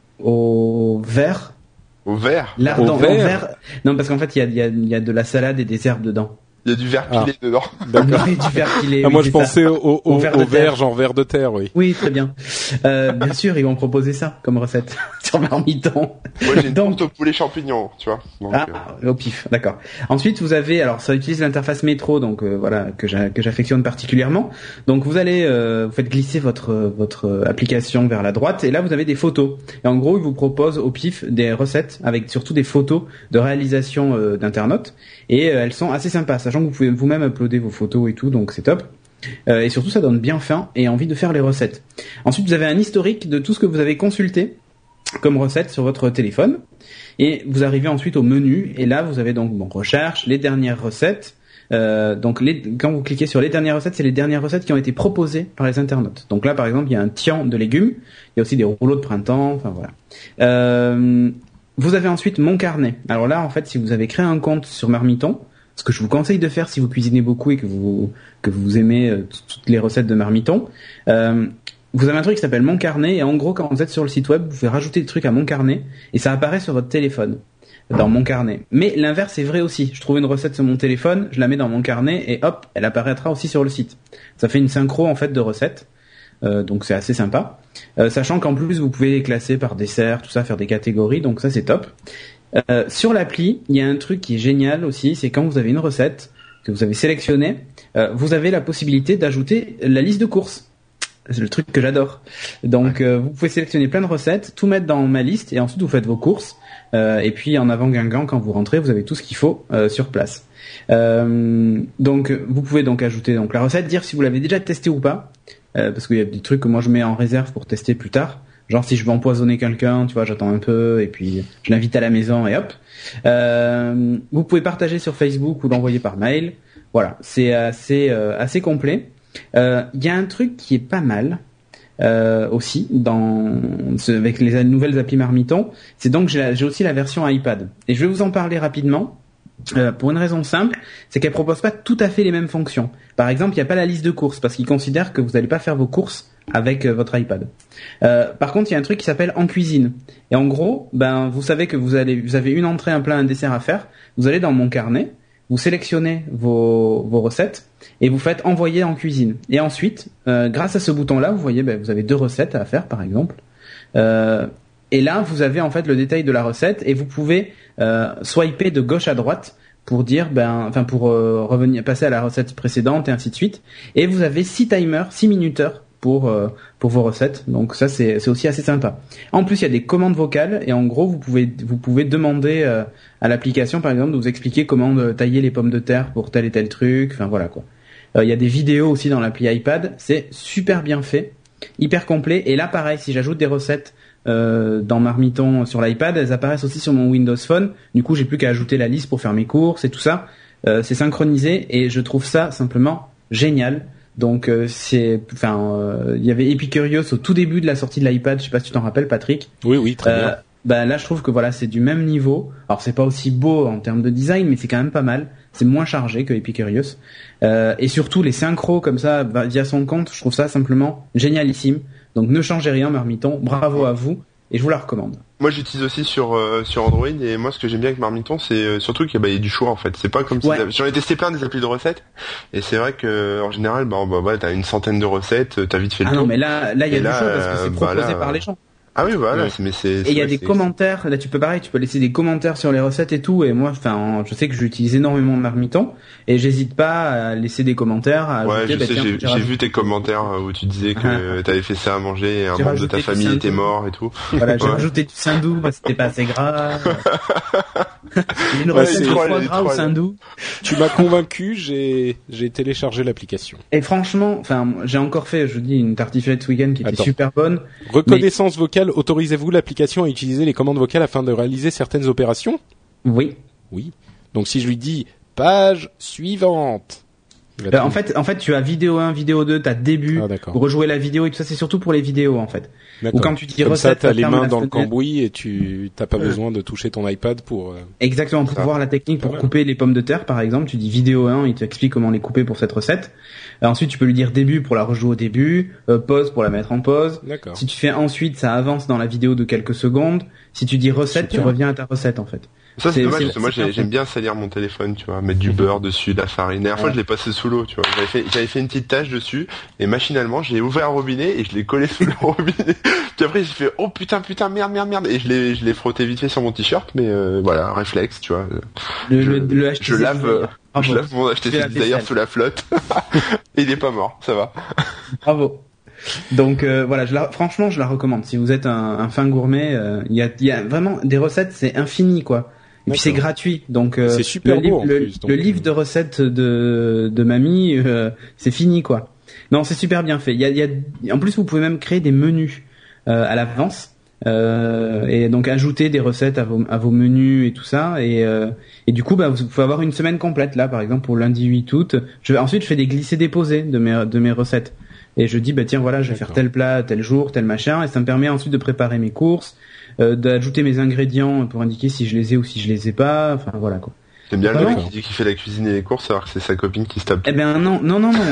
Au vert. Au vert. Lardon, au vert. Non, parce qu'en fait il y a de la salade et des herbes dedans. Il y a du verre pilé dedans. D'accord. Du verre pilé. Moi, je pensais au verre, genre verre de terre, oui. Oui, très bien. Bien sûr, ils vont proposer ça comme recette sur Marmiton. Moi, j'ai une tourte au poulet champignon, tu vois. Donc, au pif, d'accord. Ensuite, vous avez, alors ça utilise l'interface métro, donc voilà, que j'affectionne particulièrement. Donc vous allez, vous faites glisser votre application vers la droite, et là vous avez des photos. Et en gros, il vous propose au pif des recettes avec surtout des photos de réalisation d'internautes, et elles sont assez sympas. Sachant que vous pouvez vous-même uploader vos photos et tout, donc c'est top. Et surtout, ça donne bien faim et envie de faire les recettes. Ensuite, vous avez un historique de tout ce que vous avez consulté comme recette sur votre téléphone. Et vous arrivez ensuite au menu. Et là, vous avez donc recherche, les dernières recettes. Quand vous cliquez sur les dernières recettes, c'est les dernières recettes qui ont été proposées par les internautes. Donc là, par exemple, il y a un tian de légumes. Il y a aussi des rouleaux de printemps. Enfin voilà. Vous avez ensuite mon carnet. Alors là, en fait, si vous avez créé un compte sur Marmiton, ce que je vous conseille de faire si vous cuisinez beaucoup et que vous aimez toutes les recettes de Marmiton, vous avez un truc qui s'appelle Mon Carnet, et en gros quand vous êtes sur le site web, vous pouvez rajouter des trucs à Mon Carnet et ça apparaît sur votre téléphone dans Mon Carnet. Mais l'inverse est vrai aussi. Je trouve une recette sur mon téléphone, je la mets dans Mon Carnet et hop, elle apparaîtra aussi sur le site. Ça fait une synchro en fait de recettes. Donc c'est assez sympa. Sachant qu'en plus vous pouvez les classer par dessert, tout ça, faire des catégories, donc ça c'est top. Sur l'appli, il y a un truc qui est génial aussi, c'est quand vous avez une recette que vous avez sélectionnée, vous avez la possibilité d'ajouter la liste de courses. C'est le truc que j'adore. Donc vous pouvez sélectionner plein de recettes, tout mettre dans ma liste et ensuite vous faites vos courses. Et puis en avant Guingamp, quand vous rentrez, vous avez tout ce qu'il faut sur place. Donc vous pouvez donc ajouter donc la recette, dire si vous l'avez déjà testé ou pas, parce qu'il y a des trucs que moi je mets en réserve pour tester plus tard. Genre si je veux empoisonner quelqu'un, tu vois, j'attends un peu et puis je l'invite à la maison et hop. Vous pouvez partager sur Facebook ou l'envoyer par mail. Voilà, c'est assez complet. Il y a un truc qui est pas mal aussi avec les nouvelles applis Marmiton, c'est donc j'ai aussi la version iPad. Et je vais vous en parler rapidement. Pour une raison simple, c'est qu'elle propose pas tout à fait les mêmes fonctions. Par exemple, il n'y a pas la liste de courses parce qu'ils considèrent que vous n'allez pas faire vos courses avec votre iPad. Par contre, il y a un truc qui s'appelle En Cuisine. Et en gros, vous savez que vous avez une entrée, un plat, un dessert à faire. Vous allez dans Mon Carnet, vous sélectionnez vos recettes et vous faites envoyer en cuisine. Et ensuite, grâce à ce bouton-là, vous voyez, vous avez 2 recettes à faire, par exemple. Et là, vous avez en fait le détail de la recette et vous pouvez swiper de gauche à droite pour dire, pour passer à la recette précédente et ainsi de suite. Et vous avez 6 timers, 6 minuteurs pour vos recettes. Donc ça, c'est aussi assez sympa. En plus, il y a des commandes vocales et en gros, vous pouvez demander à l'application, par exemple, de vous expliquer comment tailler les pommes de terre pour tel et tel truc. Enfin voilà quoi. Il y a des vidéos aussi dans l'appli iPad. C'est super bien fait. hyper complet. Et là, pareil, si j'ajoute des recettes dans Marmiton sur l'iPad, elles apparaissent aussi sur mon Windows Phone. Du coup, j'ai plus qu'à ajouter la liste pour faire mes courses et tout ça. C'est synchronisé et je trouve ça simplement génial. Donc il y avait Epicurious au tout début de la sortie de l'iPad, je sais pas si tu t'en rappelles, Patrick. Oui, très bien. Là je trouve que voilà, c'est du même niveau. Alors c'est pas aussi beau en termes de design, mais c'est quand même pas mal. C'est moins chargé que Epicurious. Et surtout les synchros comme ça via son compte, je trouve ça simplement génialissime. Donc ne changez rien, Marmiton, bravo à vous et je vous la recommande. Moi j'utilise aussi sur Android et moi ce que j'aime bien avec Marmiton c'est surtout qu'il y a du choix en fait. C'est pas comme si j'en ai testé plein des applis de recettes et c'est vrai que en général t'as une centaine de recettes, t'as vite fait le tour. Ah non mais là il y a du choix parce que c'est proposé par les gens. Ah oui voilà, mais et il y a des commentaires, là tu peux laisser des commentaires sur les recettes et tout et moi je sais que j'utilise énormément Marmiton et j'hésite pas à laisser des commentaires j'ai vu tes commentaires où tu disais que t'avais fait ça à manger et un membre de ta famille était mort et tout. Voilà, j'ai rajouté du saindoux parce que c'était pas assez gras. Une recette de foie gras au saindoux. Tu m'as convaincu, j'ai téléchargé l'application. Et franchement, j'ai encore fait, je dis, une tartiflette ce week-end qui était super bonne. Reconnaissance vocale, autorisez-vous l'application à utiliser les commandes vocales afin de réaliser certaines opérations ? Oui. Donc si je lui dis page suivante. En fait, tu as vidéo 1, vidéo 2, t'as début, rejouer la vidéo et tout ça, c'est surtout pour les vidéos en fait. D'accord. Ou quand tu dis comme recette, ça t'as les mains dans le cambouis et tu t'as pas besoin de toucher ton iPad pour... Exactement, pour voir la technique pour couper les pommes de terre par exemple, tu dis vidéo 1, il t'explique comment les couper pour cette recette. Ensuite tu peux lui dire début pour la rejouer au début, pause pour la mettre en pause. D'accord. Si tu fais ensuite, ça avance dans la vidéo de quelques secondes. Si tu dis recette, tu reviens à ta recette en fait. Ça c'est dommage parce que moi j'aime bien salir mon téléphone, tu vois, mettre du beurre dessus, de la farine. La dernière fois je l'ai passé sous l'eau, tu vois. J'avais fait une petite tache dessus et machinalement j'ai ouvert un robinet et je l'ai collé sous le robinet. Puis après j'ai fait oh putain merde et je l'ai frotté vite fait sur mon t-shirt, mais voilà, réflexe, tu vois. Je lave mon HTC Desire sous la flotte. Et il est pas mort, ça va. Bravo. Donc voilà, franchement je la recommande. Si vous êtes un fin gourmet, il y a vraiment des recettes, c'est infini quoi. Et puis c'est gratuit, donc c'est super beau en plus. Le livre de recettes de mamie, c'est fini quoi. Non, c'est super bien fait. En plus vous pouvez même créer des menus à l'avance et donc ajouter des recettes à vos menus et tout ça et du coup vous pouvez avoir une semaine complète là par exemple pour lundi 8 août. Ensuite je fais des glissés-déposés de mes recettes. Et je dis tiens voilà, je vais faire tel plat tel jour, tel machin et ça me permet ensuite de préparer mes courses, d'ajouter mes ingrédients pour indiquer si je les ai ou si je les ai pas, enfin voilà quoi. J'aime bien le mec qui dit qu'il fait la cuisine et les courses alors que c'est sa copine qui se tape. Eh ben non.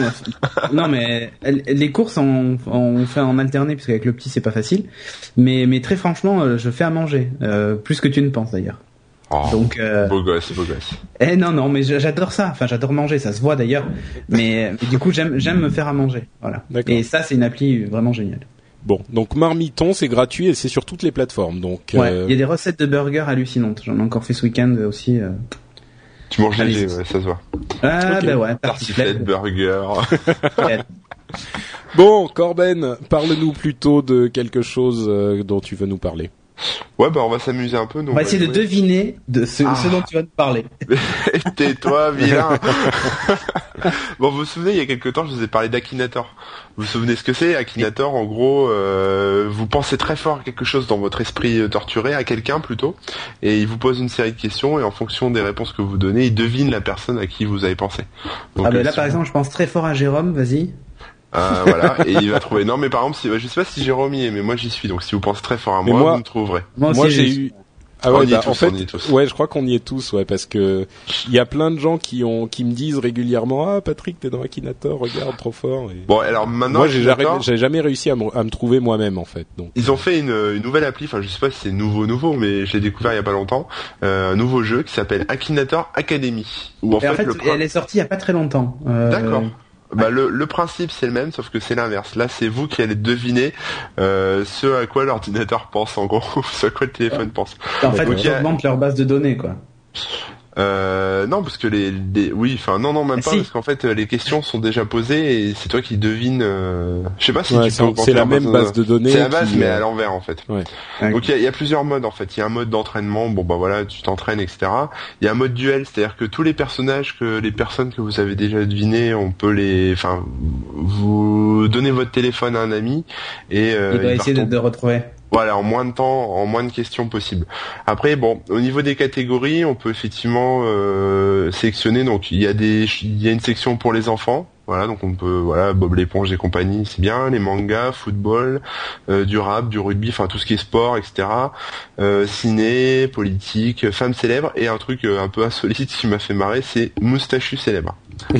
Non mais les courses on fait en alterné parce qu'avec le petit c'est pas facile. Mais très franchement, je fais à manger, plus que tu ne penses d'ailleurs. Oh, donc beau gosse. Non mais j'adore ça. Enfin j'adore manger, ça se voit d'ailleurs. Mais du coup j'aime me faire à manger. Voilà. D'accord. Et ça c'est une appli vraiment géniale. Bon, donc Marmiton c'est gratuit et c'est sur toutes les plateformes. Donc il y a des recettes de burgers hallucinantes. J'en ai encore fait ce week-end aussi. Tu manges léger, ça se voit. Ah okay. Tartiflette, burger. Bon, Corben, parle-nous plutôt de quelque chose dont tu veux nous parler. Ouais, on va s'amuser un peu. On va essayer de deviner ce dont tu vas nous parler. Tais-toi, vilain. Bon, vous vous souvenez, il y a quelques temps, je vous ai parlé d'Akinator. Vous vous souvenez ce que c'est, Akinator? En gros, vous pensez très fort à quelque chose dans votre esprit torturé, à quelqu'un plutôt, et il vous pose une série de questions, et en fonction des réponses que vous donnez, il devine la personne à qui vous avez pensé. Donc, là, par exemple, je pense très fort à Jérôme, vas-y. Voilà, et il va trouver. Non, mais par exemple, je sais pas si Jérôme y est, mais moi j'y suis. Donc si vous pensez très fort à moi, vous me trouverez. Moi j'ai eu. Ah ouais, en fait, ouais, je crois qu'on y est tous, ouais, parce que il y a plein de gens qui me disent régulièrement, Patrick, t'es dans Akinator, regarde, trop fort. Et... Bon, alors maintenant, moi, j'ai jamais réussi à me trouver moi-même, en fait. Donc. Ils ont fait une nouvelle appli, enfin, je sais pas si c'est nouveau, mais je l'ai découvert il y a pas longtemps, un nouveau jeu qui s'appelle Akinator Academy. Où en fait, elle est sortie il y a pas très longtemps. D'accord. Le principe c'est le même, sauf que c'est l'inverse. Là, c'est vous qui allez deviner ce à quoi l'ordinateur pense, en gros, ce à quoi le téléphone pense. En fait, ils augmentent leur base de données, quoi. Non, parce que oui, enfin non, même pas, parce qu'en fait les questions sont déjà posées et c'est toi qui devines. Je sais pas si c'est la même base de données. C'est la base, mais à l'envers en fait. Ouais. Donc il y a plusieurs modes en fait. Il y a un mode d'entraînement, bon bah voilà, tu t'entraînes, etc. Il y a un mode duel, c'est-à-dire que tous les personnages les personnes que vous avez déjà devinées, on peut vous donnez votre téléphone à un ami et il va essayer de retrouver. Voilà, en moins de temps, en moins de questions possible. Après, bon, au niveau des catégories, on peut effectivement sélectionner. Donc, il y a une section pour les enfants. Voilà, donc on peut, Bob l'éponge et compagnie, c'est bien. Les mangas, football, du rap, du rugby, enfin tout ce qui est sport, etc. Ciné, politique, femmes célèbres et un truc un peu insolite qui m'a fait marrer, c'est moustachu célèbre.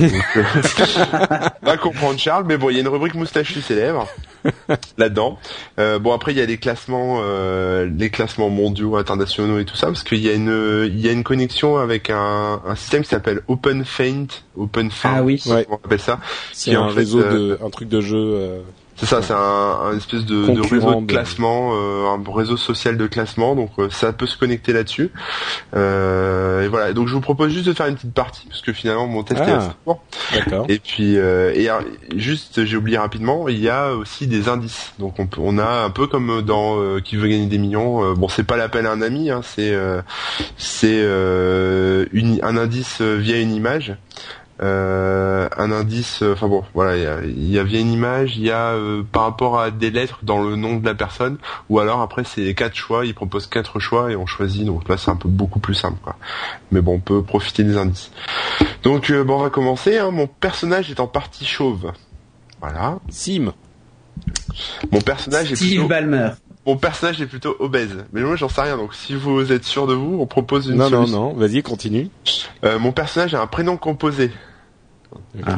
Va comprendre Charles, mais bon, il y a une rubrique moustachu célèbre là-dedans. Bon, après il y a les classements mondiaux, internationaux et tout ça, parce qu'il y a une connexion avec un système qui s'appelle OpenFaint. Ah oui. Ouais. On appelle ça. C'est un réseau un truc de jeu. C'est ça, c'est un espèce de réseau de classement, un réseau social de classement, donc ça peut se connecter là-dessus. Et voilà, donc je vous propose juste de faire une petite partie, parce que finalement mon test est assez court. D'accord. Et puis, juste, j'ai oublié rapidement, il y a aussi des indices. Donc on a un peu comme dans Qui veut gagner des millions. Bon, c'est pas l'appel à un ami, hein, c'est un indice via une image. Un indice, enfin bon, voilà, il y a via une image, il y a par rapport à des lettres dans le nom de la personne, ou alors après c'est 4 choix, il propose 4 choix et on choisit, donc là c'est un peu beaucoup plus simple, quoi. Mais bon, on peut profiter des indices. Donc on va commencer, hein. Mon personnage est en partie chauve. Voilà. Sim. Mon personnage Steve Ballmer. Mon personnage est plutôt obèse, mais moi j'en sais rien, donc si vous êtes sûr de vous, on propose une solution. Non, vas-y, continue. Mon personnage a un prénom composé. Ok.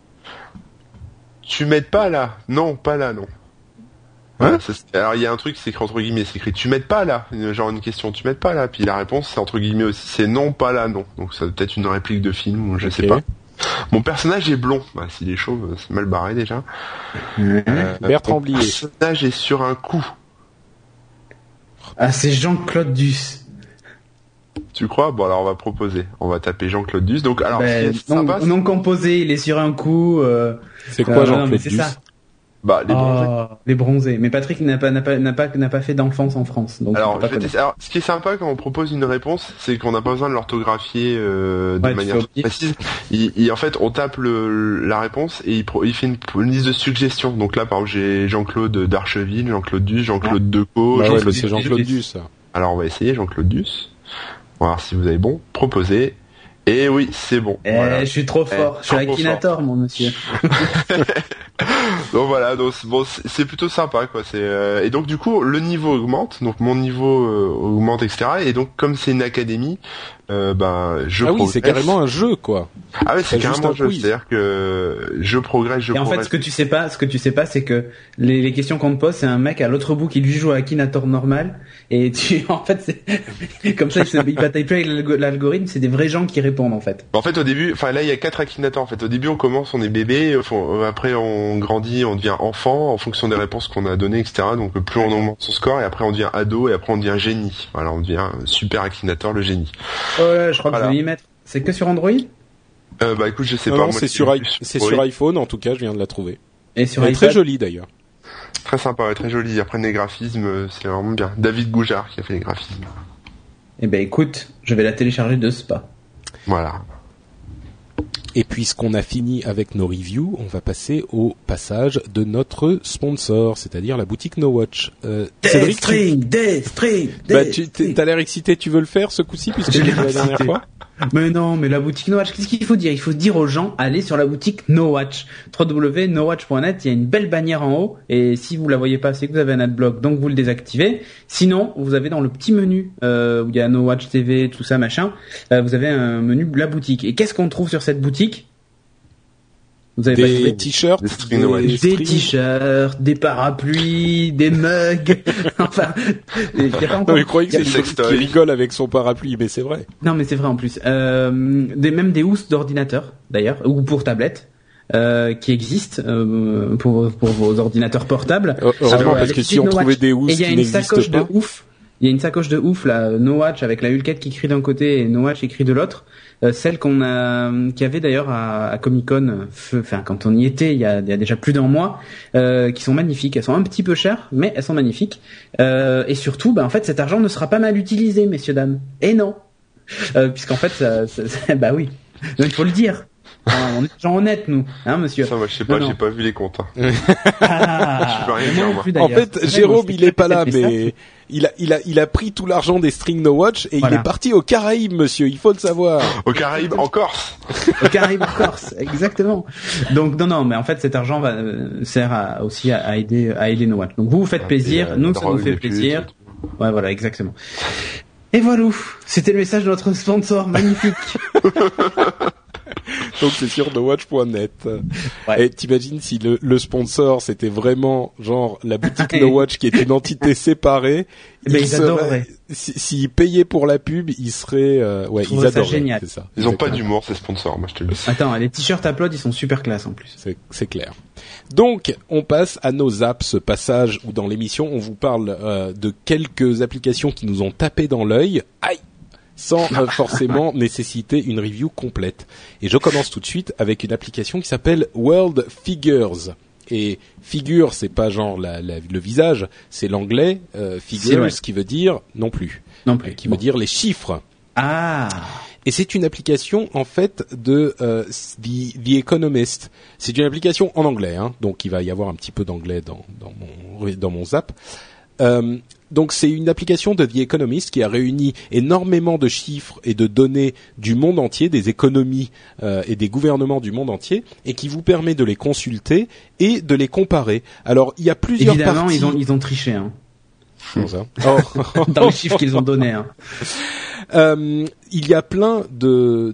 Tu m'aides pas là? Non, pas là, non. Hein? Alors il y a un truc, c'est écrit entre guillemets, c'est écrit tu m'aides pas là, genre une question, tu m'aides pas là, puis la réponse c'est entre guillemets aussi, c'est non, pas là, non. Donc ça peut être une réplique de film, ou je sais pas. Mon personnage est blond, s'il est chauve, c'est mal barré déjà. Bertrand Blier. Mon personnage est sur un coup. Ah, c'est Jean-Claude Duss. Tu crois? Bon, alors on va proposer. On va taper Jean-Claude Duss. Donc, alors, non composé, il est sur un coup. C'est quoi Jean-Claude Duss? Ça. Bah, les bronzés. Les bronzés. Mais Patrick n'a pas fait d'enfance en France. Donc alors, ce qui est sympa quand on propose une réponse, c'est qu'on n'a pas besoin de l'orthographier de manière précise. En fait, on tape la réponse et il fait une liste de suggestions. Donc là, par exemple, j'ai Jean-Claude d'Archeville, Jean-Claude Duss, Jean-Claude Decaux. C'est Jean-Claude Duss. Alors, on va essayer Jean-Claude Duss. On va voir si vous avez bon. Proposez. Et oui, c'est bon. Voilà. Je suis trop fort. Je suis Akinator, mon monsieur. Donc voilà, donc bon, c'est plutôt sympa, quoi. Et donc du coup, le niveau augmente. Donc mon niveau augmente, etc. Et donc comme c'est une académie, je progresse. Oui, c'est carrément un jeu, quoi. Ah oui, c'est carrément un jeu. C'est-à-dire que je progresse. Et en fait, ce que tu sais pas, c'est que les questions qu'on te pose, c'est un mec à l'autre bout qui lui joue à Akinator normal. Et en fait, c'est comme ça, il bataille plus avec l'algorithme. C'est des vrais gens qui répondent, en fait. En fait, au début, là, il y a 4 Akinators. En fait, au début, on commence, on est bébé. Après, on grandit, on devient enfant en fonction des réponses qu'on a données, etc. Donc, plus on augmente son score, et après, on devient ado, et après, on devient génie. Voilà, on devient super Akinator, le génie. Ouais, je crois que je vais y mettre. C'est que sur Android? Écoute, je sais pas. Non, c'est sur iPhone, en tout cas, je viens de la trouver. Et sur iPad. Très jolie, d'ailleurs. Très sympa, ouais, très joli. Après les graphismes, c'est vraiment bien. David Goujard qui a fait les graphismes. Eh ben écoute, je vais la télécharger de Spa. Voilà. Et puisqu'on a fini avec nos reviews, on va passer au passage de notre sponsor, c'est-à-dire la boutique No Watch. Cédric, t'as l'air excité, tu veux le faire ce coup-ci puisque c'était la dernière fois? Mais non, mais la boutique No Watch, qu'est-ce qu'il faut dire? Il faut dire aux gens, allez sur la boutique No Watch. www.nowatch.net, il y a une belle bannière en haut, et si vous la voyez pas, c'est que vous avez un adblock, donc vous le désactivez. Sinon, vous avez dans le petit menu, où il y a No Watch TV, tout ça, machin, vous avez un menu la boutique. Et qu'est-ce qu'on trouve sur cette boutique? Vous avez des t-shirts, des t-shirts, des parapluies, des mugs. Enfin, il y a pas encore. Non, je croyais que c'est qui rigole avec son parapluie, mais c'est vrai. Non, mais c'est vrai en plus. Même des housses d'ordinateur, d'ailleurs, ou pour tablette. Qui existent pour vos ordinateurs portables. Heureusement, parce que si on trouvait des housses qui n'existent pas. Et il y a une sacoche de ouf. Il y a une sacoche de ouf là, No Watch avec la Hulkette qui crie d'un côté et No Watch écrit de l'autre. Celle qu'il y avait d'ailleurs à Comic-Con, enfin quand on y était il y a déjà plus d'un mois, qui sont magnifiques. Elles sont un petit peu chères, mais elles sont magnifiques. Et surtout, en fait, cet argent ne sera pas mal utilisé, messieurs dames. Et non, puisqu'en fait, bah oui, donc, il faut le dire. On est des gens honnêtes, nous, hein, monsieur. Ça, moi, je sais pas, j'ai pas vu les comptes. Hein. Ah, je peux rien dire, moi. En fait, Jérôme, il est pas là, mais il a pris tout l'argent des strings No Watch et il est parti aux Caraïbes, monsieur. Il faut le savoir. Aux Caraïbes, en Corse. Aux Caraïbes, en Corse, exactement. Donc non, mais en fait, cet argent sert aussi à aider No Watch. Donc vous faites plaisir, nous ça nous fait plaisir. Ouais, voilà, exactement. Et voilà, c'était le message de notre sponsor magnifique. Donc c'est sur nowatch.net. Ouais. Et t'imagines si le sponsor c'était vraiment genre la boutique No Watch qui est une entité séparée, ils adoreraient. S'ils payaient pour la pub, ils seraient ils adoreraient. Génial. C'est ça. Ils ont pas d'humour ces sponsors, moi je te le dis. Attends, les t-shirts Upload, ils sont super classe en plus. C'est clair. Donc on passe à nos apps, ce passage où dans l'émission on vous parle de quelques applications qui nous ont tapé dans l'œil. Aïe, sans forcément nécessiter une review complète. Et je commence tout de suite avec une application qui s'appelle World Figures. Et figure, c'est pas genre le visage, c'est l'anglais figures qui veut dire non plus, qui veut dire les chiffres. Ah. Et c'est une application en fait de The Economist. C'est une application en anglais, hein, donc il va y avoir un petit peu d'anglais dans mon zap. Donc c'est une application de The Economist qui a réuni énormément de chiffres et de données du monde entier, des économies et des gouvernements du monde entier, et qui vous permet de les consulter et de les comparer. Alors il y a plusieurs parties. Évidemment, ils ont triché, hein. Comment ça? Dans les chiffres qu'ils ont donnés, hein. Il y a plein de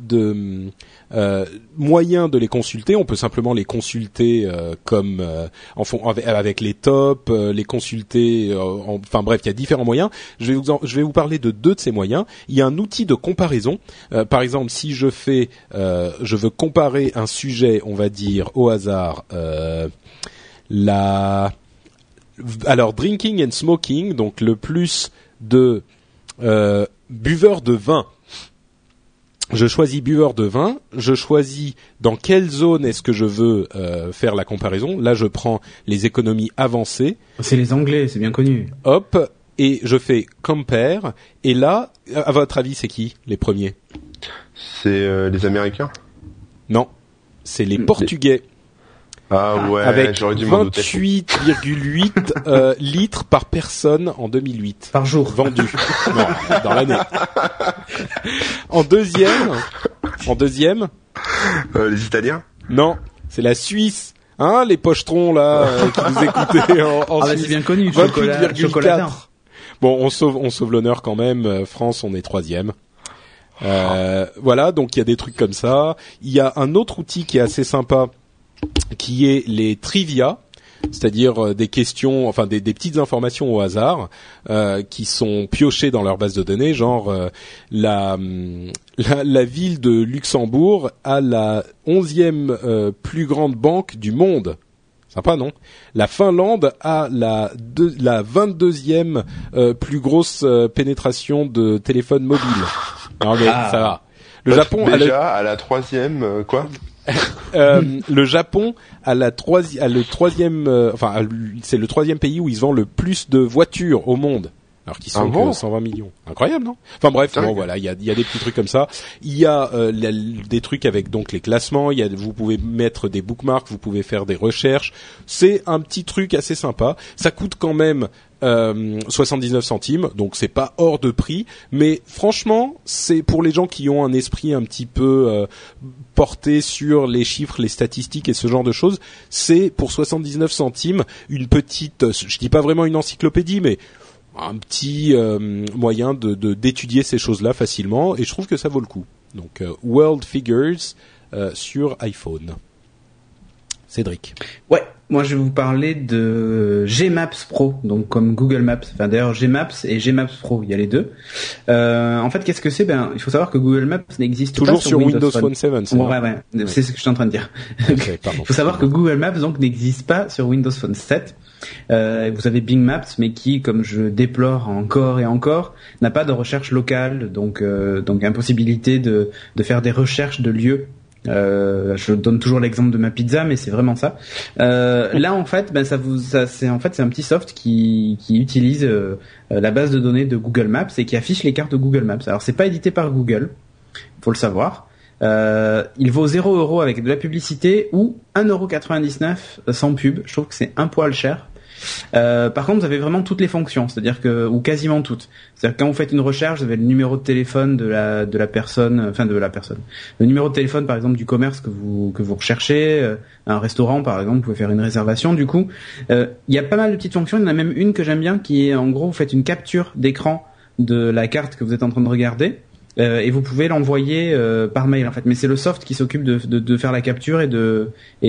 moyens de les consulter. On peut simplement les consulter comme avec les tops, les consulter. Enfin bref, il y a différents moyens. Je vais vous parler de deux de ces moyens. Il y a un outil de comparaison. Par exemple, si je veux comparer un sujet, on va dire au hasard alors drinking and smoking, donc le plus de buveurs de vin. Je choisis buveur de vin, je choisis dans quelle zone est-ce que je veux faire la comparaison. Là, je prends les économies avancées. C'est les Anglais, c'est bien connu. Hop, et je fais compare. Et là, à votre avis, c'est qui les premiers? C'est les Américains? Non, c'est les Portugais. Ah ouais, avec j'aurais dû m'en douter. 28,8 litres par personne en 2008. Par jour. Vendus. Non, dans l'année. En deuxième. Les Italiens? Non, c'est la Suisse. Hein, les pochetrons là qui nous écoutaient en Suisse. C'est bien connu. 28,4. Bon, on sauve l'honneur quand même. France, on est troisième. Voilà, donc il y a des trucs comme ça. Il y a un autre outil qui est assez sympa, qui est les trivia, c'est-à-dire des questions, enfin des petites informations au hasard qui sont piochées dans leur base de données, genre la ville de Luxembourg a la 11e plus grande banque du monde. Sympa, non? La Finlande a la 22e plus grosse pénétration de téléphones mobiles. Non mais ça va. Le Japon à la 3e quoi? Le Japon a le troisième, c'est le 3e pays où ils vendent le plus de voitures au monde. Alors qu'ils sont que 120 millions. Incroyable, non? Enfin bref, bon voilà, il y a des petits trucs comme ça. Il y a des trucs avec donc les classements, vous pouvez mettre des bookmarks, vous pouvez faire des recherches. C'est un petit truc assez sympa. Ça coûte quand même 79 centimes, donc c'est pas hors de prix, mais franchement, c'est pour les gens qui ont un esprit un petit peu porté sur les chiffres, les statistiques et ce genre de choses, c'est pour 79 centimes une petite, je dis pas vraiment une encyclopédie, mais un petit moyen d'étudier ces choses-là facilement, et je trouve que ça vaut le coup. Donc World Figures sur iPhone. Cédric. Ouais, moi je vais vous parler de Gmaps Pro, donc comme Google Maps. Enfin d'ailleurs Gmaps et Gmaps Pro, il y a les deux. En fait, qu'est-ce que c'est ? Il faut savoir que Google Maps n'existe toujours pas sur Windows Phone 7. Ouais. C'est ce que je suis en train de dire. Okay, il faut savoir que Google Maps donc n'existe pas sur Windows Phone 7. Vous avez Bing Maps, mais qui, comme je déplore encore et encore, n'a pas de recherche locale, donc impossibilité de faire des recherches de lieux. Je donne toujours l'exemple de ma pizza, mais c'est vraiment ça. Là, en fait, c'est un petit soft qui utilise la base de données de Google Maps et qui affiche les cartes de Google Maps. Alors, c'est pas édité par Google, faut le savoir. Il vaut 0€ avec de la publicité ou 1,99€ sans pub. Je trouve que c'est un poil cher. Par contre, vous avez vraiment toutes les fonctions, c'est-à-dire que, ou quasiment toutes. C'est-à-dire que quand vous faites une recherche, vous avez le numéro de téléphone de la personne, le numéro de téléphone, par exemple, du commerce que vous recherchez, un restaurant, par exemple, vous pouvez faire une réservation. Du coup, il y a pas mal de petites fonctions. Il y en a même une que j'aime bien, qui est, en gros, vous faites une capture d'écran de la carte que vous êtes en train de regarder. Et vous pouvez l'envoyer par mail en fait, mais c'est le soft qui s'occupe de faire la capture et de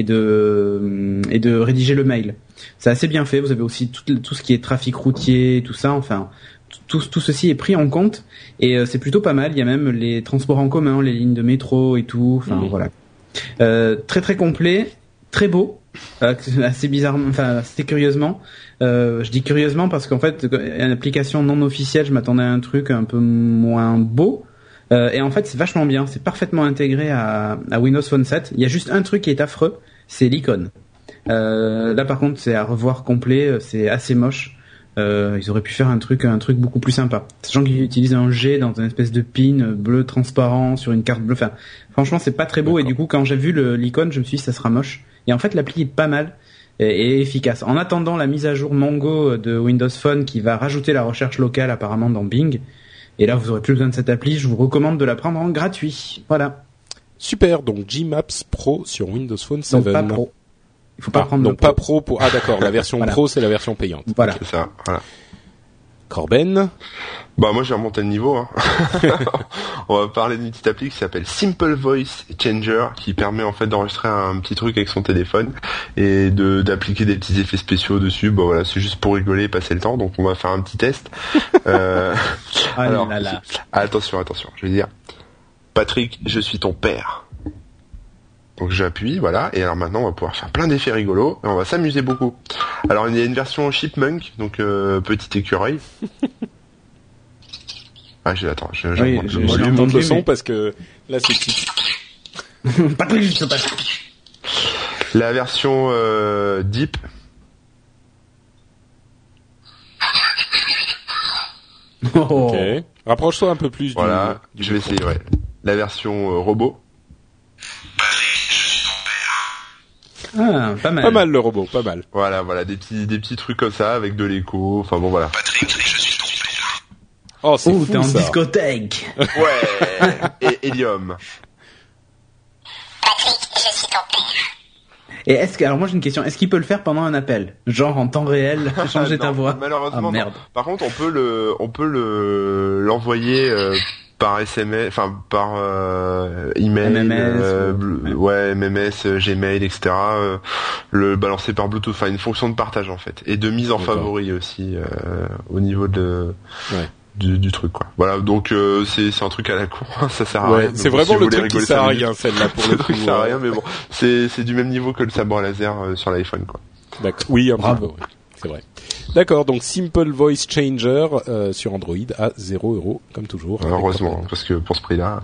rédiger le mail. C'est assez bien fait. Vous avez aussi tout ce qui est trafic routier, tout ça. Enfin, tout ceci est pris en compte et c'est plutôt pas mal. Il y a même les transports en commun, les lignes de métro et tout. Enfin voilà, très très complet, très beau. Assez bizarrement, enfin assez curieusement. Je dis curieusement parce qu'en fait, une application non officielle, je m'attendais à un truc un peu moins beau. Et en fait, c'est vachement bien. C'est parfaitement intégré à Windows Phone 7. Il y a juste un truc qui est affreux, c'est l'icône. Là, par contre, c'est à revoir complet. C'est assez moche. Ils auraient pu faire un truc beaucoup plus sympa. Sachant qu'ils utilisent un G dans une espèce de pin bleu transparent sur une carte bleue. Enfin, franchement, c'est pas très beau. D'accord. Et du coup, quand j'ai vu l'icône, je me suis dit ça sera moche. Et en fait, l'appli est pas mal et efficace. En attendant la mise à jour Mango de Windows Phone qui va rajouter la recherche locale apparemment dans Bing. Et là, vous aurez plus besoin de cette appli. Je vous recommande de la prendre en gratuit. Voilà. Super. Donc, Gmaps Pro sur Windows Phone 7. Donc, pas Pro. Il faut pas prendre donc pas Pro pour... Ah, d'accord. La version voilà. Pro, c'est la version payante. Voilà. C'est ça. Voilà. Corben. Bah, moi, j'ai remonté le niveau, hein. On va parler d'une petite appli qui s'appelle Simple Voice Changer, qui permet, en fait, d'enregistrer un petit truc avec son téléphone et d'appliquer des petits effets spéciaux dessus. Bon, voilà, c'est juste pour rigoler et passer le temps. Donc, on va faire un petit test. Alors, attention, je vais dire, Patrick, je suis ton père. Donc j'appuie, voilà, et alors maintenant on va pouvoir faire plein d'effets rigolos, et on va s'amuser beaucoup. Alors il y a une version Chipmunk, donc petit écureuil. Ah, je monte le son parce que là c'est petit. Patrick, je sais pas. La version Deep. Ok. Rapproche-toi un peu plus. Voilà, je vais essayer, ouais. La version robot. Ah, pas mal. Pas mal le robot, pas mal. Voilà, des petits trucs comme ça avec de l'écho. Enfin bon, voilà. Patrick, je suis ton père. Oh, c'est fou, t'es en ça. discothèque. Ouais. Et Helium. Patrick, je suis ton père. Et alors moi j'ai une question, est-ce qu'il peut le faire pendant un appel, genre en temps réel, changer ta voix? Malheureusement, merde. Non. Par contre, on peut l'envoyer par SMS, enfin par email, MMS, Gmail, etc. Le balancer par Bluetooth, enfin une fonction de partage en fait, et de mise en favori aussi au niveau du truc quoi. Voilà, donc c'est un truc à la con, ça sert à rien. C'est vraiment le truc qui sert à rien celle-là pour le coup. Ça sert à rien, mais bon, c'est du même niveau que le sabre laser sur l'iPhone quoi. D'accord. Oui, un peu, oui. C'est vrai. D'accord, donc Simple Voice Changer sur Android à 0€, comme toujours. Heureusement, parce que pour ce prix-là...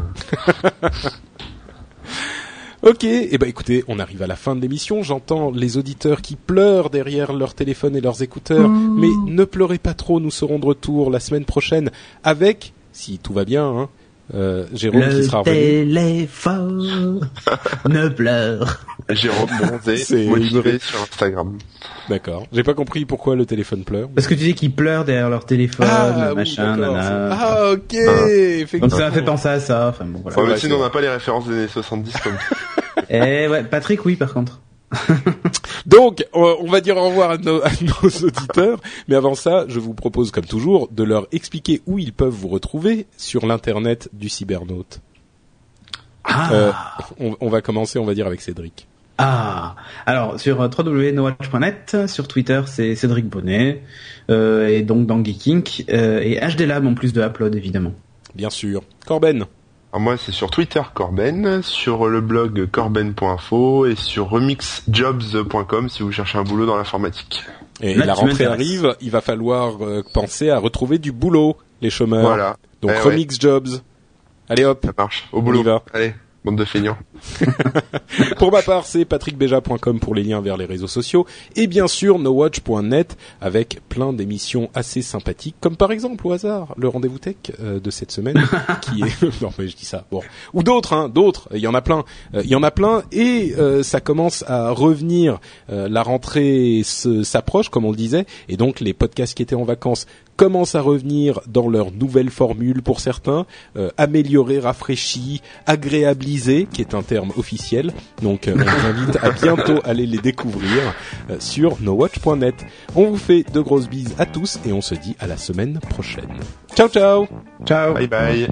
Ok, eh ben écoutez, on arrive à la fin de l'émission. J'entends les auditeurs qui pleurent derrière leur téléphone et leurs écouteurs. Mais ne pleurez pas trop, nous serons de retour la semaine prochaine avec, si tout va bien, hein, Jérôme qui sera revenu. Le téléphone ne pleure. Jérôme Bronzé, motivé sur Instagram. D'accord. J'ai pas compris pourquoi le téléphone pleure. Parce que tu dis qu'ils pleurent derrière leur téléphone, machin, nana. Ah, ok, effectivement. Donc ça m'a fait penser à ça. Enfin, bon, voilà. Ouais, mais sinon on n'a pas les références des années 70 comme ouais, Patrick, oui, par contre. Donc, on va dire au revoir à nos auditeurs, mais avant ça, je vous propose, comme toujours, de leur expliquer où ils peuvent vous retrouver sur l'internet du cybernaute. On va commencer, on va dire, avec Cédric. Ah, alors sur www.nowatch.net, sur Twitter c'est Cédric Bonnet, et donc dans Geeking, et HD Lab en plus de Upload évidemment. Bien sûr. Corben. Alors moi c'est sur Twitter Corben, sur le blog corben.info et sur remixjobs.com si vous cherchez un boulot dans l'informatique. Et là, la rentrée arrive, il va falloir penser à retrouver du boulot, les chômeurs. Voilà. Donc Remix Jobs. Allez hop. Ça marche. Au boulot. On y va. Allez. Bande de feignants. Pour ma part, c'est patrickbeja.com pour les liens vers les réseaux sociaux et bien sûr nowatch.net avec plein d'émissions assez sympathiques comme par exemple au hasard le rendez-vous tech de cette semaine qui est non mais je dis ça bon ou d'autres il y en a plein et ça commence à revenir, la rentrée s'approche comme on le disait et donc les podcasts qui étaient en vacances commencent à revenir dans leur nouvelle formule pour certains, améliorés, rafraîchis, agréabilisés, qui est un terme officiel. Donc on vous invite à bientôt aller les découvrir sur nowatch.net. On vous fait de grosses bises à tous et on se dit à la semaine prochaine. Ciao ciao. Ciao. Bye bye.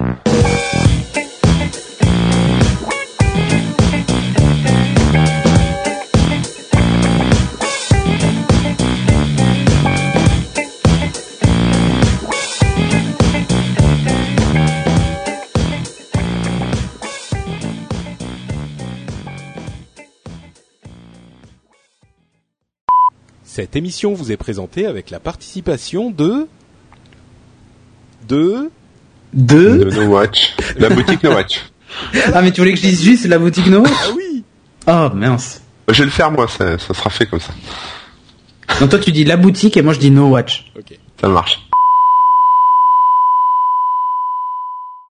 Cette émission vous est présentée avec la participation de Nowatch. La boutique Nowatch. Ah mais tu voulais que je dise juste la boutique Nowatch ? Ah oui. Oh mince. Je vais le faire moi, ça sera fait comme ça. Donc toi tu dis la boutique et moi je dis Nowatch. Ok. Ça marche.